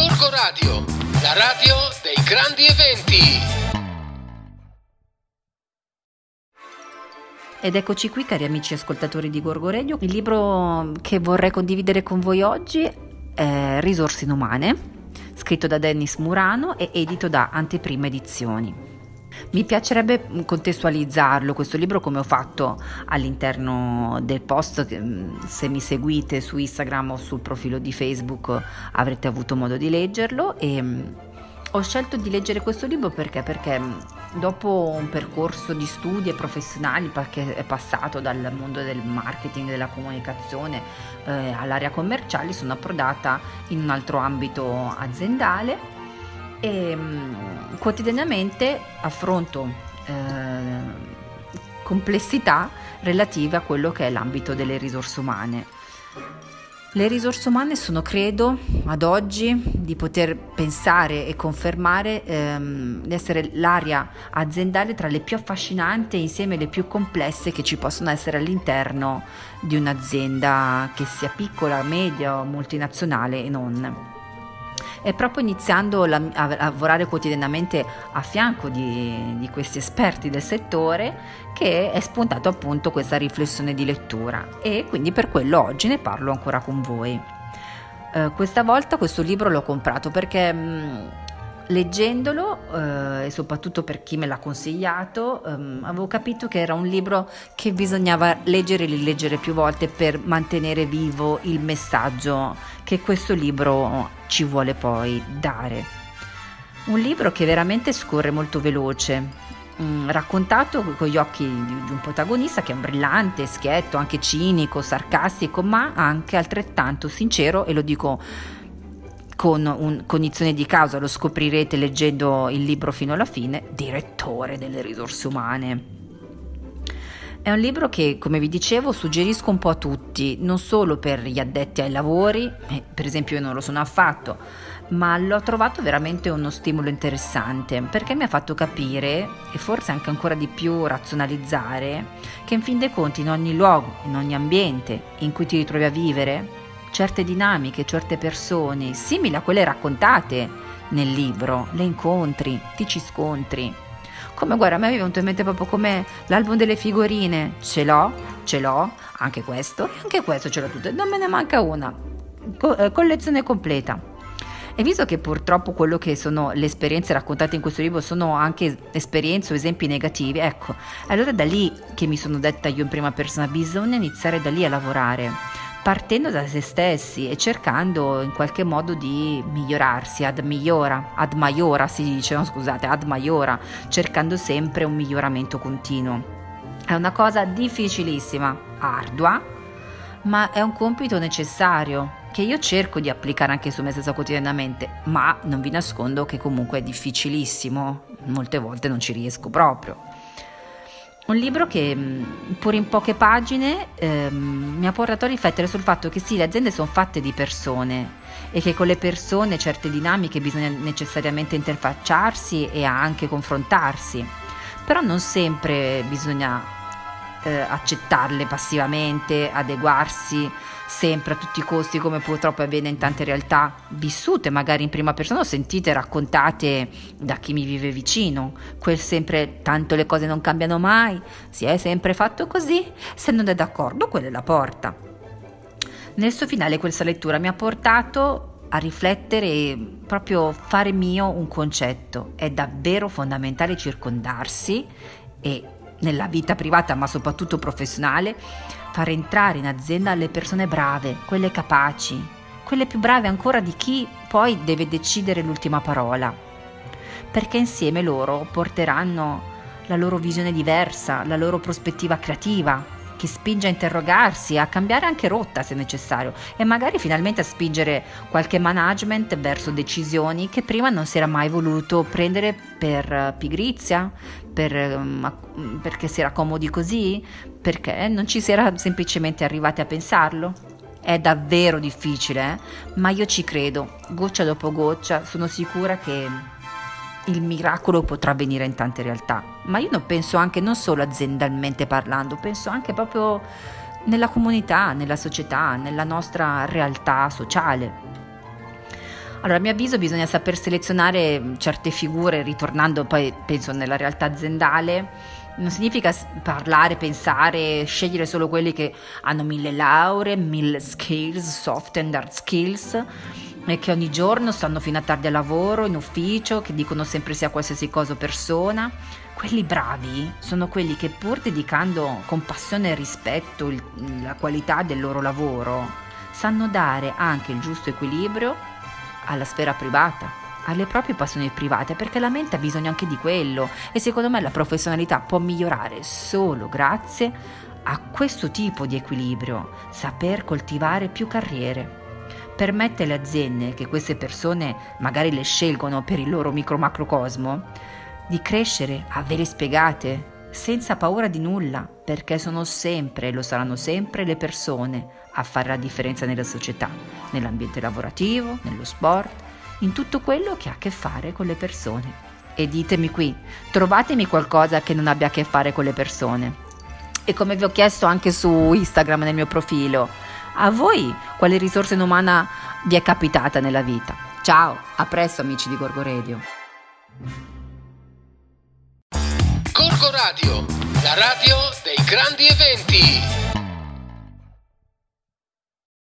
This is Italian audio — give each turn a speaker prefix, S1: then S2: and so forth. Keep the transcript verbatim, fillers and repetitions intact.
S1: Gorgo Radio, la radio dei grandi eventi.
S2: Ed eccoci qui, cari amici ascoltatori di Gorgo Radio. Il libro che vorrei condividere con voi oggi è Risorse inumane, scritto da Dennis Murano e edito da Anteprima Edizioni. Mi piacerebbe contestualizzarlo, questo libro, come ho fatto all'interno del post. Se mi seguite su Instagram o sul profilo di Facebook avrete avuto modo di leggerlo. E ho scelto di leggere questo libro perché? Perché dopo un percorso di studi professionali, perché è passato dal mondo del marketing, della comunicazione eh, all'area commerciale, sono approdata in un altro ambito aziendale e mh, quotidianamente affronto eh, complessità relative a quello che è l'ambito delle risorse umane. Le risorse umane sono, credo, ad oggi, di poter pensare e confermare ehm, di essere l'area aziendale tra le più affascinanti e insieme le più complesse che ci possono essere all'interno di un'azienda, che sia piccola, media o multinazionale e non. E proprio iniziando la, a, a lavorare quotidianamente a fianco di, di questi esperti del settore, che è spuntato appunto questa riflessione di lettura, e quindi per quello oggi ne parlo ancora con voi. Eh, questa volta questo libro l'ho comprato perché mh, leggendolo eh, e soprattutto per chi me l'ha consigliato ehm, avevo capito che era un libro che bisognava leggere e rileggere più volte per mantenere vivo il messaggio che questo libro ci vuole poi dare. Un libro che veramente scorre molto veloce, mh, raccontato con gli occhi di, di un protagonista che è un brillante, schietto, anche cinico, sarcastico, ma anche altrettanto sincero, e lo dico con un, cognizione di causa, lo scoprirete leggendo il libro fino alla fine, direttore delle risorse umane. È un libro che, come vi dicevo, suggerisco un po' a tutti, non solo per gli addetti ai lavori, eh, per esempio io non lo sono affatto, ma l'ho trovato veramente uno stimolo interessante, perché mi ha fatto capire, e forse anche ancora di più razionalizzare, che in fin dei conti in ogni luogo, in ogni ambiente in cui ti ritrovi a vivere, certe dinamiche, certe persone, simili a quelle raccontate nel libro, le incontri, ti ci scontri. Come, guarda, a me mi è venuto in mente proprio come l'album delle figurine, ce l'ho, ce l'ho, anche questo, e anche questo ce l'ho tutte, non me ne manca una, Co- eh, collezione completa. E visto che purtroppo quello che sono le esperienze raccontate in questo libro sono anche esperienze o esempi negativi, ecco, allora è da lì che mi sono detta io in prima persona, bisogna iniziare da lì a lavorare, partendo da se stessi e cercando in qualche modo di migliorarsi, ad migliora, ad maiora si dice, no scusate, ad maiora, cercando sempre un miglioramento continuo. È una cosa difficilissima, ardua, ma è un compito necessario che io cerco di applicare anche su me stessa quotidianamente, ma non vi nascondo che comunque è difficilissimo, molte volte non ci riesco proprio. Un libro che, pur in poche pagine, ehm, mi ha portato a riflettere sul fatto che sì, le aziende sono fatte di persone e che con le persone certe dinamiche bisogna necessariamente interfacciarsi e anche confrontarsi, però non sempre bisogna eh, accettarle passivamente, adeguarsi sempre a tutti i costi, come purtroppo avviene in tante realtà vissute magari in prima persona o sentite raccontate da chi mi vive vicino, quel sempre tanto le cose non cambiano mai, si è sempre fatto così, se non è d'accordo quella è la porta. Nel suo finale questa lettura mi ha portato a riflettere e proprio fare mio un concetto: è davvero fondamentale circondarsi, e nella vita privata ma soprattutto professionale, far entrare in azienda le persone brave, quelle capaci, quelle più brave ancora di chi poi deve decidere l'ultima parola, perché insieme loro porteranno la loro visione diversa, la loro prospettiva creativa, che spinge a interrogarsi, a cambiare anche rotta se necessario, e magari finalmente a spingere qualche management verso decisioni che prima non si era mai voluto prendere per pigrizia, per, perché si era comodi così, perché non ci si era semplicemente arrivati a pensarlo. È davvero difficile, eh? Ma io ci credo, goccia dopo goccia, sono sicura che il miracolo potrà avvenire in tante realtà, ma io non penso anche, non solo aziendalmente parlando, penso anche proprio nella comunità, nella società, nella nostra realtà sociale. Allora, a mio avviso bisogna saper selezionare certe figure, ritornando poi penso nella realtà aziendale. Non significa s- parlare, pensare, scegliere solo quelli che hanno mille lauree, mille skills, soft and hard skills, e che ogni giorno stanno fino a tardi al lavoro, in ufficio, che dicono sempre sì a qualsiasi cosa o persona. Quelli bravi sono quelli che, pur dedicando con passione e rispetto il- la qualità del loro lavoro, sanno dare anche il giusto equilibrio alla sfera privata, alle proprie passioni private, perché la mente ha bisogno anche di quello, e secondo me la professionalità può migliorare solo grazie a questo tipo di equilibrio, saper coltivare più carriere. Permette alle aziende, che queste persone magari le scelgono per il loro micro-macrocosmo, di crescere a vele spiegate, senza paura di nulla, perché sono sempre e lo saranno sempre le persone a fare la differenza nella società, nell'ambiente lavorativo, nello sport, in tutto quello che ha a che fare con le persone. E ditemi qui, trovatemi qualcosa che non abbia a che fare con le persone. E come vi ho chiesto anche su Instagram nel mio profilo, a voi quale risorsa umana vi è capitata nella vita? Ciao, a presto amici di Gorgo Radio.
S1: Gorgo Radio, la radio dei grandi eventi.